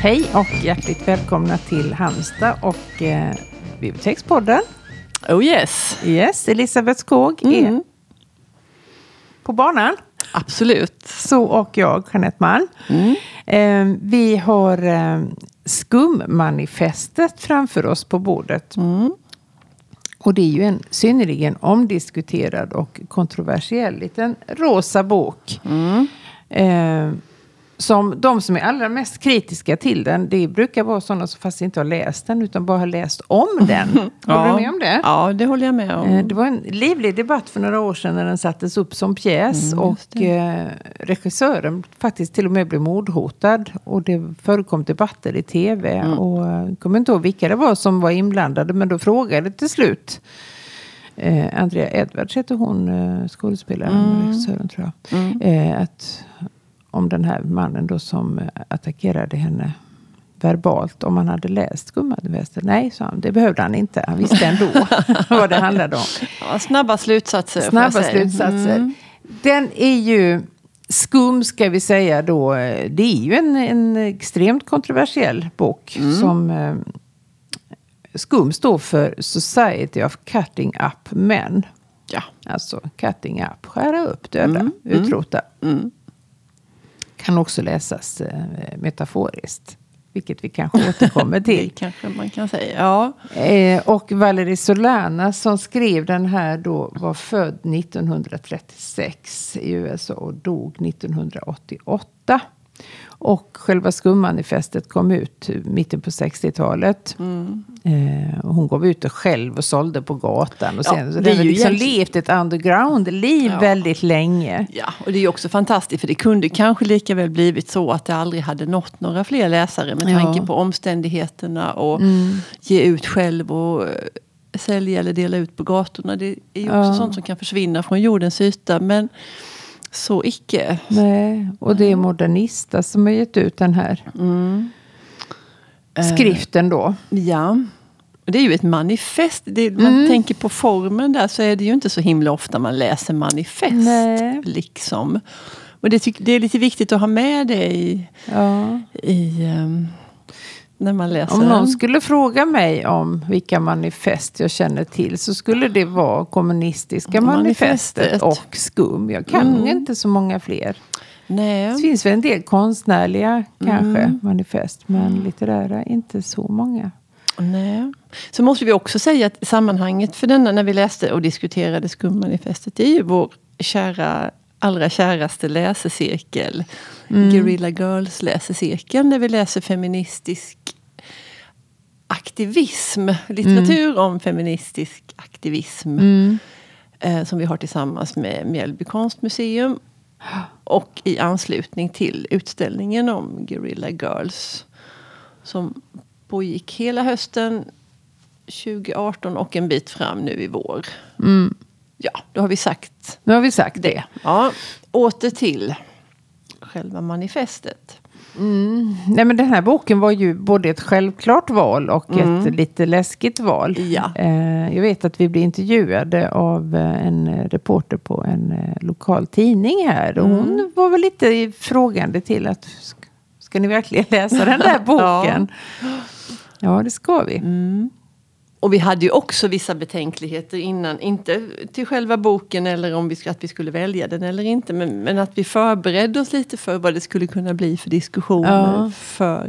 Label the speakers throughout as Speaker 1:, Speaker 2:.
Speaker 1: Hej och hjärtligt välkomna till Halmstad och Bibliotekspodden.
Speaker 2: Oh yes.
Speaker 1: Yes, Elisabeth Skog är på banan.
Speaker 2: Absolut.
Speaker 1: Så och jag, Jeanette Malm. Vi har skummanifestet framför oss på bordet. Och det är ju en synnerligen omdiskuterad och kontroversiell liten rosa bok. Som de som är allra mest kritiska till den, det brukar vara sådana som fast inte har läst den utan bara har läst om den. Håller du med om det?
Speaker 2: Ja, det håller jag med om.
Speaker 1: Det var en livlig debatt för några år sedan när den sattes upp som pjäs och regissören faktiskt till och med blev mordhotad och det förekom debatter i tv och jag kommer inte ihåg vilka det var som var inblandade, men då frågade till slut Andrea Edwards heter hon, skådespelaren, regissören tror jag, att om den här mannen då som attackerade henne verbalt, om han hade läst Skummanifestet. Nej, sa han, det behövde han inte. Han visste ändå vad det handlade om.
Speaker 2: Ja, snabba slutsatser.
Speaker 1: Snabba slutsatser. Den är ju skum, ska vi säga då. Det är ju en extremt kontroversiell bok som skum står för Society of Cutting Up Men.
Speaker 2: Ja.
Speaker 1: Alltså cutting up, skära upp, döda, utrota. Kan också läsas metaforiskt. Vilket vi kanske återkommer till.
Speaker 2: Det kanske man kan säga, ja.
Speaker 1: Och Valerie Solanas som skrev den här då var född 1936 i USA och dog 1988. Och själva skummanifestet kom ut mitten på 60-talet. Hon gav ut det själv och sålde på gatan. Och sen, så det har liksom levt ett underground-liv väldigt länge. Ja,
Speaker 2: och det är ju också fantastiskt för det kunde kanske lika väl blivit så att det aldrig hade nått några fler läsare med tanke på omständigheterna och ge ut själv och sälja eller dela ut på gatorna. Det är ju också sånt som kan försvinna från jordens yta, men så icke.
Speaker 1: Nej, och det är Modernista som har gett ut den här skriften då.
Speaker 2: Ja, det är ju ett manifest. Man tänker på formen där så är det ju inte så himla ofta man läser manifest.
Speaker 1: Nej.
Speaker 2: Liksom. Och det är lite viktigt att ha med det i när man läser.
Speaker 1: Om någon skulle fråga mig om vilka manifest jag känner till så skulle det vara kommunistiska manifestet och skum. Jag kan inte så många fler.
Speaker 2: Nej.
Speaker 1: Det finns väl en del konstnärliga kanske manifest, men litterära inte så många.
Speaker 2: Nej. Så måste vi också säga att sammanhanget för denna när vi läste och diskuterade skummanifestet, det är ju vår allra käraste läsecirkel. Guerrilla Girls läsecirkeln där vi läser feministisk aktivism. Litteratur om feministisk aktivism. Som vi har tillsammans med Mjällby konstmuseum. Och i anslutning till utställningen om Guerrilla Girls. Som pågick hela hösten 2018 och en bit fram nu i vår. Ja, då har vi sagt.
Speaker 1: Nu har vi sagt det.
Speaker 2: Ja, åter till själva manifestet.
Speaker 1: Nej, men den här boken var ju både ett självklart val och ett lite läskigt val.
Speaker 2: Ja.
Speaker 1: Jag vet att vi blev intervjuade av en reporter på en lokal tidning här. Och hon var väl lite frågande till att ska ni verkligen läsa den där boken? Ja, det ska vi.
Speaker 2: Och vi hade ju också vissa betänkligheter innan, inte till själva boken eller om att vi skulle välja den eller inte, men att vi förberedde oss lite för vad det skulle kunna bli för diskussioner. För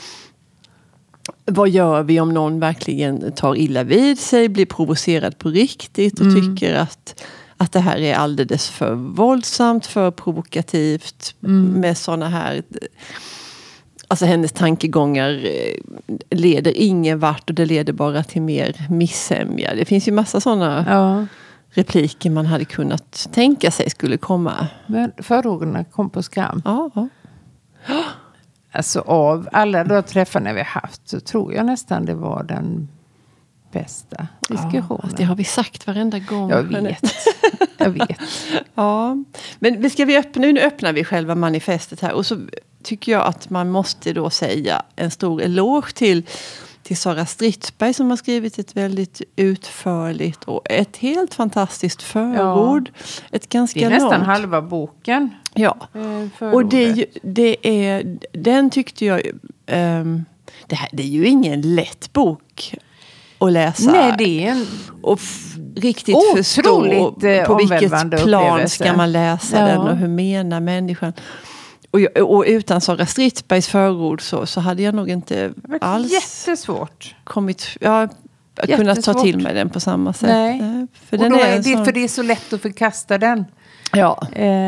Speaker 2: vad gör vi om någon verkligen tar illa vid sig, blir provocerad på riktigt och tycker att det här är alldeles för våldsamt, för provokativt med såna här... Alltså hennes tankegångar leder ingen vart och det leder bara till mer missämja. Det finns ju massa sådana repliker man hade kunnat tänka sig skulle komma.
Speaker 1: Men förhågorna kom på skam.
Speaker 2: Ja.
Speaker 1: Alltså av alla då träffarna vi har haft så tror jag nästan det var den bästa diskussionen.
Speaker 2: Det har vi sagt varenda gång.
Speaker 1: Jag vet.
Speaker 2: Ja, men nu öppnar vi själva manifestet här och så tycker jag att man måste då säga en stor eloge till Sara Stridsberg som har skrivit ett väldigt utförligt och ett helt fantastiskt förord. Ett ganska
Speaker 1: det är nästan
Speaker 2: långt.
Speaker 1: Halva boken.
Speaker 2: Ja, och den tyckte jag det är ju ingen lätt bok att läsa.
Speaker 1: Nej, det är en
Speaker 2: och riktigt förstå på vilket plan ska man läsa den och hur menar människan. Och utan Sara Stridsbergs förord så hade jag nog inte alls
Speaker 1: jättesvårt.
Speaker 2: Kunnat ta till mig den på samma sätt.
Speaker 1: Nej.
Speaker 2: För
Speaker 1: det är så lätt att förkasta den.
Speaker 2: Ja.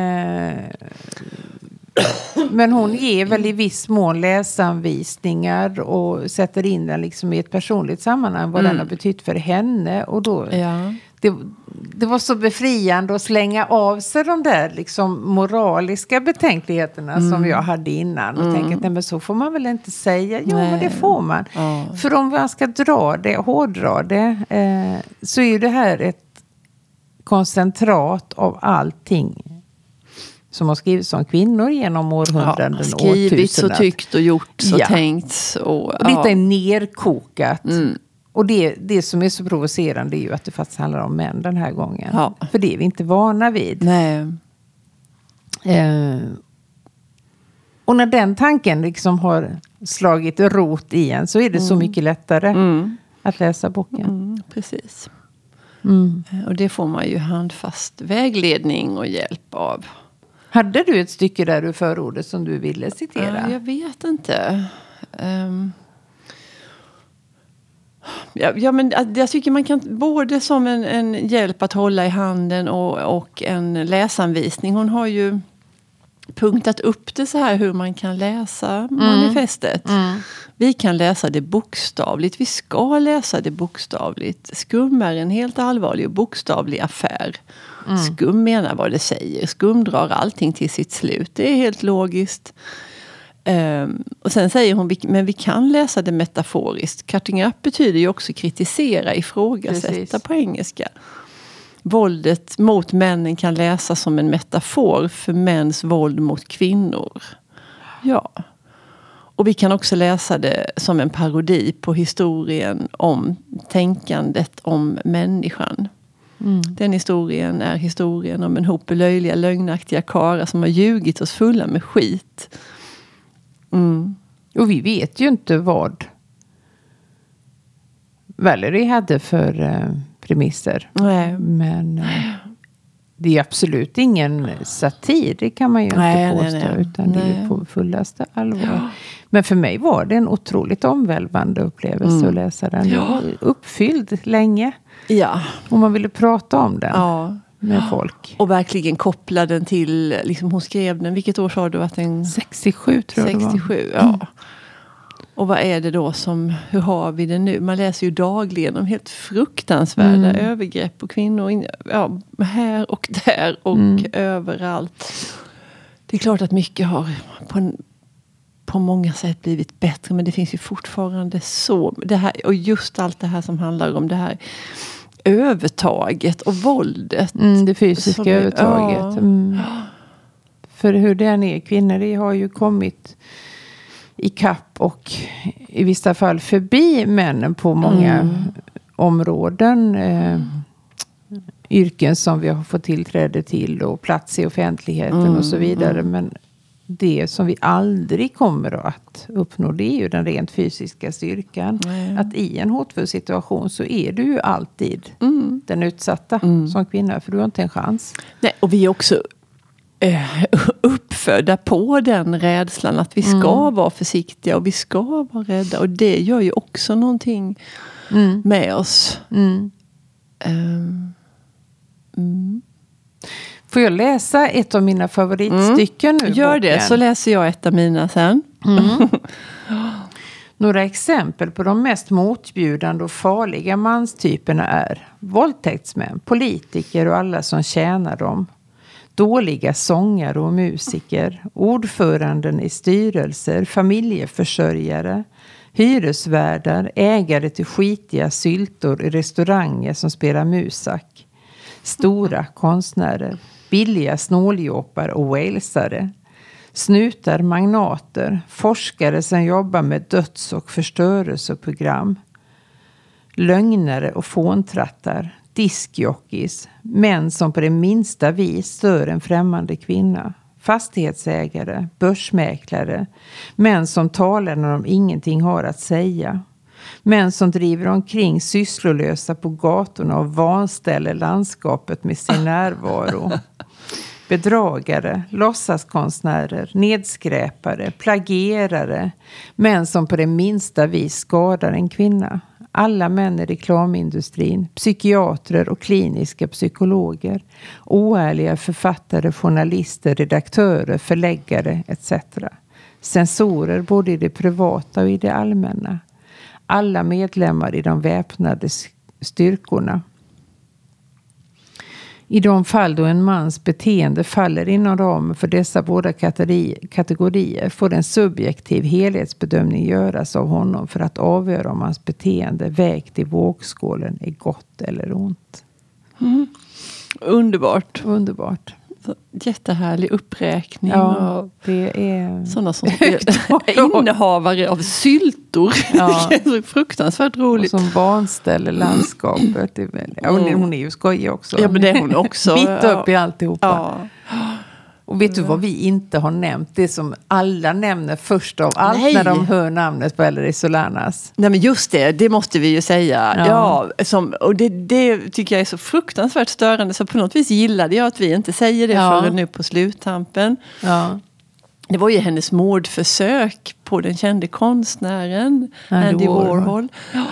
Speaker 1: Men hon ger väl i viss mån läsanvisningar och sätter in den liksom i ett personligt sammanhang vad den har betytt för henne. Och då, det var så befriande att slänga av sig de där liksom moraliska betänkligheterna som jag hade innan. Och tänka att nej, men så får man väl inte säga. Jo, men det får man. För om man ska hårdra det, så är ju det här ett koncentrat av allting som har skrivits om kvinnor genom århundraden och
Speaker 2: skrivits och tyckt och gjorts och tänkts. Och
Speaker 1: detta är nerkokat. Och det som är så provocerande är ju att det faktiskt handlar om män den här gången. Ja. För det är vi inte vana vid.
Speaker 2: Nej.
Speaker 1: Och när den tanken liksom har slagit rot i en så är det så mycket lättare att läsa boken.
Speaker 2: Precis. Och det får man ju handfast vägledning och hjälp av.
Speaker 1: Hade du ett stycke där ur förordet som du ville citera?
Speaker 2: Jag vet inte. Men jag tycker man kan både som en hjälp att hålla i handen och en läsanvisning. Hon har ju punktat upp det så här hur man kan läsa manifestet. Vi kan läsa det bokstavligt. Vi ska läsa det bokstavligt. Skum är en helt allvarlig och bokstavlig affär. Skum menar vad det säger. Skum drar allting till sitt slut. Det är helt logiskt. Och sen säger hon, men vi kan läsa det metaforiskt. Cutting up betyder ju också kritisera, ifrågasätta på engelska. Våldet mot männen kan läsas som en metafor för mäns våld mot kvinnor. Ja. Och vi kan också läsa det som en parodi på historien om tänkandet om människan. Den historien är historien om en hop löjliga, lögnaktiga karlar som har ljugit oss fulla med skit.
Speaker 1: Och vi vet ju inte vad Valerie hade för premisser.
Speaker 2: Nej.
Speaker 1: Men det är absolut ingen satir, det kan man ju inte påstå. Utan det är på fullaste allvar. Ja. Men för mig var det en otroligt omvälvande upplevelse att läsa den. Jag var uppfylld länge.
Speaker 2: Ja.
Speaker 1: Och man ville prata om den med folk.
Speaker 2: Och verkligen koppla den till, liksom hon skrev den, vilket år sa du att den...
Speaker 1: 67 tror jag
Speaker 2: 67, ja. Och vad är det då som, hur har vi det nu? Man läser ju dagligen om helt fruktansvärda övergrepp på kvinnor. Här och där och överallt. Det är klart att mycket har på många sätt blivit bättre. Men det finns ju fortfarande så. Det här, och just allt det här som handlar om det här övertaget och våldet.
Speaker 1: Det fysiska övertaget. För hur det är, kvinnor har ju kommit i kapp och i vissa fall förbi männen på många områden. Yrken som vi har fått tillträde till och plats i offentligheten och så vidare. Men det som vi aldrig kommer att uppnå, det är ju den rent fysiska styrkan. Att i en hotfull situation så är du ju alltid den utsatta som kvinna, för du har inte en chans.
Speaker 2: Nej, och vi är också uppfödda på den rädslan att vi ska vara försiktiga och vi ska vara rädda, och det gör ju också någonting med oss.
Speaker 1: Får jag läsa ett av mina favoritstycken nu?
Speaker 2: Gör det, så läser jag ett av mina sen.
Speaker 1: Några exempel på de mest motbjudande och farliga manstyperna är våldtäktsmän, politiker och alla som tjänar dem. Dåliga sångare och musiker, ordföranden i styrelser, familjeförsörjare, hyresvärdar, ägare till skitiga syltor i restauranger som spelar musak, stora konstnärer, billiga snåljåpar och walesare, snutar, magnater, forskare som jobbar med döds- och förstörelseprogram, lögnare och fåntrattar, diskjockeys, män som på det minsta vis stör en främmande kvinna, fastighetsägare, börsmäklare, män som talar när de ingenting har att säga. Män som driver omkring sysslolösa på gatorna och vanställer landskapet med sin närvaro. Bedragare, låtsaskonstnärer, nedskräpare, plagierare. Män som på det minsta vis skadar en kvinna. Alla män i reklamindustrin, psykiatrer och kliniska psykologer. Oärliga författare, journalister, redaktörer, förläggare etc. Sensorer både i det privata och i det allmänna. Alla medlemmar i de väpnade styrkorna. I de fall då en mans beteende faller inom ramen för dessa båda kategorier får en subjektiv helhetsbedömning göras av honom för att avgöra om hans beteende vägt i vågskålen är gott eller ont.
Speaker 2: Underbart.
Speaker 1: Underbart.
Speaker 2: Jättehärlig uppräkning.
Speaker 1: Ja,
Speaker 2: och
Speaker 1: det är
Speaker 2: sådana som innehavare av syltor.
Speaker 1: Ja.
Speaker 2: Så fruktansvärt roligt.
Speaker 1: Och som vanställer landskapet. Det är väl, hon är ju skojig också.
Speaker 2: Ja, men det är hon också.
Speaker 1: Mitt upp i alltihopa.
Speaker 2: Ja.
Speaker 1: Och vet du vad vi inte har nämnt? Det som alla nämner först av allt när de hör namnet på Valerie Solanas.
Speaker 2: Nej, men just det måste vi ju säga. Ja, och det tycker jag är så fruktansvärt störande. Så på något vis gillade jag att vi inte säger det förrän nu på sluttampen.
Speaker 1: Ja.
Speaker 2: Det var ju hennes mordförsök på den kände konstnären Andy Warhol.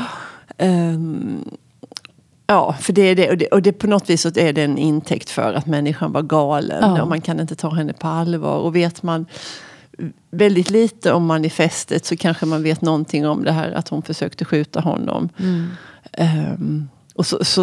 Speaker 2: Ja, för det är det. Och det på något vis så är det en intäkt för att människan var galen. Och man kan inte ta henne på allvar. Och vet man väldigt lite om manifestet så kanske man vet någonting om det här att hon försökte skjuta honom. Och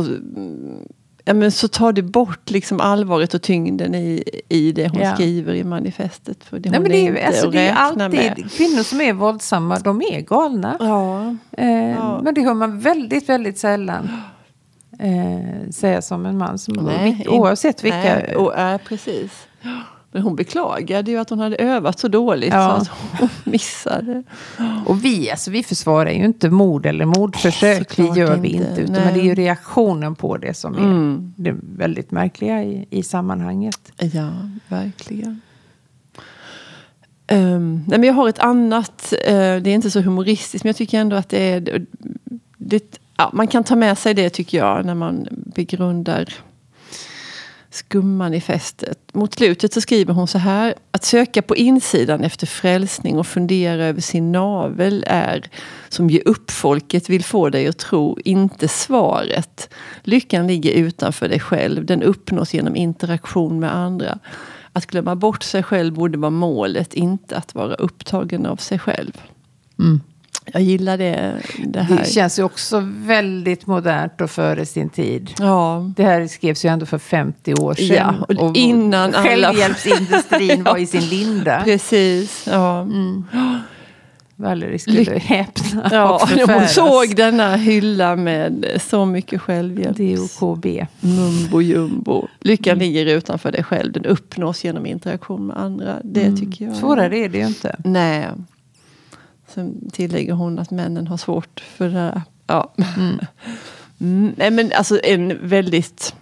Speaker 2: så tar det bort liksom allvaret och tyngden i det hon skriver i manifestet. För det hon
Speaker 1: det är alltid
Speaker 2: med.
Speaker 1: Kvinnor som är våldsamma, de är galna. Men det hör man väldigt, väldigt sällan säga som en man som oavsett vilka.
Speaker 2: Precis. Men hon beklagade ju att hon hade övat så dåligt så att hon missade.
Speaker 1: Och vi försvarar ju inte mord eller mordförsök. Det gör vi inte. Utan men det är ju reaktionen på det som är det väldigt märkliga i sammanhanget.
Speaker 2: Ja, verkligen. Men jag har ett annat, det är inte så humoristiskt, men jag tycker ändå att det är man kan ta med sig det tycker jag när man begrundar skummanifestet. Mot slutet så skriver hon så här: att söka på insidan efter frälsning och fundera över sin navel är som ge upp folket vill få dig att tro, inte svaret. Lyckan ligger utanför dig själv, den uppnås genom interaktion med andra. Att glömma bort sig själv borde vara målet, inte att vara upptagen av sig själv. Jag gillar det här.
Speaker 1: Det känns ju också väldigt modernt och före sin tid.
Speaker 2: Ja.
Speaker 1: Det här skrevs ju ändå för 50 år sedan.
Speaker 2: Ja, och innan
Speaker 1: självhjälpsindustrin var i sin linda.
Speaker 2: Precis, ja.
Speaker 1: Valerie skulle häpna.
Speaker 2: Ja, hon såg denna hylla med så mycket självhjälp.
Speaker 1: DOKB.
Speaker 2: Mumbo jumbo. Lyckan ligger utanför dig själv. Den uppnås genom interaktion med andra. Det tycker jag.
Speaker 1: Svårare är det ju inte.
Speaker 2: Nej. Sen tillägger hon att männen har svårt för det här. Ja. Nej, men alltså en väldigt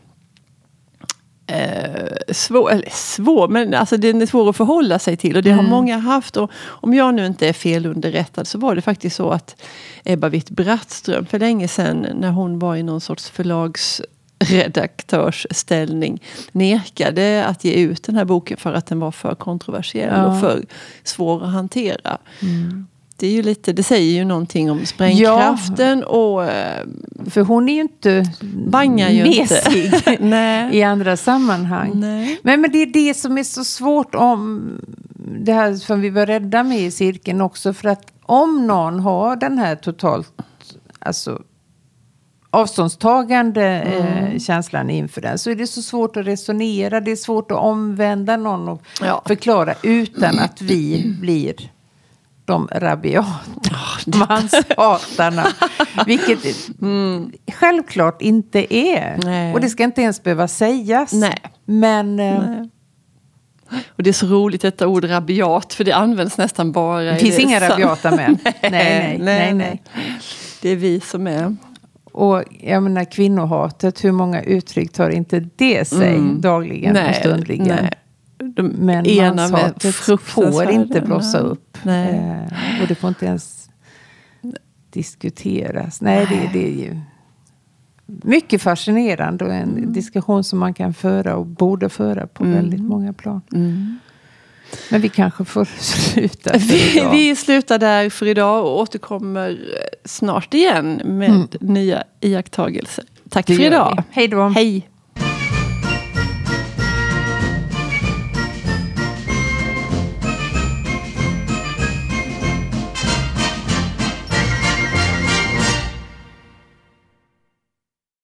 Speaker 2: svår, men alltså den är svår att förhålla sig till och det har många haft, och om jag nu inte är felunderrättad så var det faktiskt så att Ebba Witt-Brattström för länge sedan när hon var i någon sorts förlagsredaktörsställning nekade att ge ut den här boken för att den var för kontroversiell och för svår att hantera. Det är ju lite, det säger ju någonting om sprängkraften och
Speaker 1: för hon är ju inte
Speaker 2: bangar ju
Speaker 1: mesig i andra sammanhang.
Speaker 2: Nej.
Speaker 1: Men det är det som är så svårt om det här som vi var rädda med i cirkeln också, för att om någon har den här totalt avståndstagande känslan inför den, så är det så svårt att resonera, det är svårt att omvända någon och förklara utan att vi blir de rabiata manshatarna. Vilket självklart inte är. Nej. Och det ska inte ens behöva sägas.
Speaker 2: Nej.
Speaker 1: Men
Speaker 2: och det är så roligt detta ord rabiat, för det används nästan bara.
Speaker 1: Det finns inga rabiata män. Nej.
Speaker 2: Det är vi som är.
Speaker 1: Och jag menar kvinnohatet, hur många uttryck tar inte det sig dagligen och stundligen? Nej. Men manshatet får inte blossa upp. Och det får inte ens diskuteras. Nej, det är ju mycket fascinerande och en diskussion som man kan föra och borde föra på väldigt många plan. Men vi kanske får sluta
Speaker 2: vi slutar där för idag och återkommer snart igen med nya iakttagelser. Tack för idag.
Speaker 1: Hej då.
Speaker 2: Hej.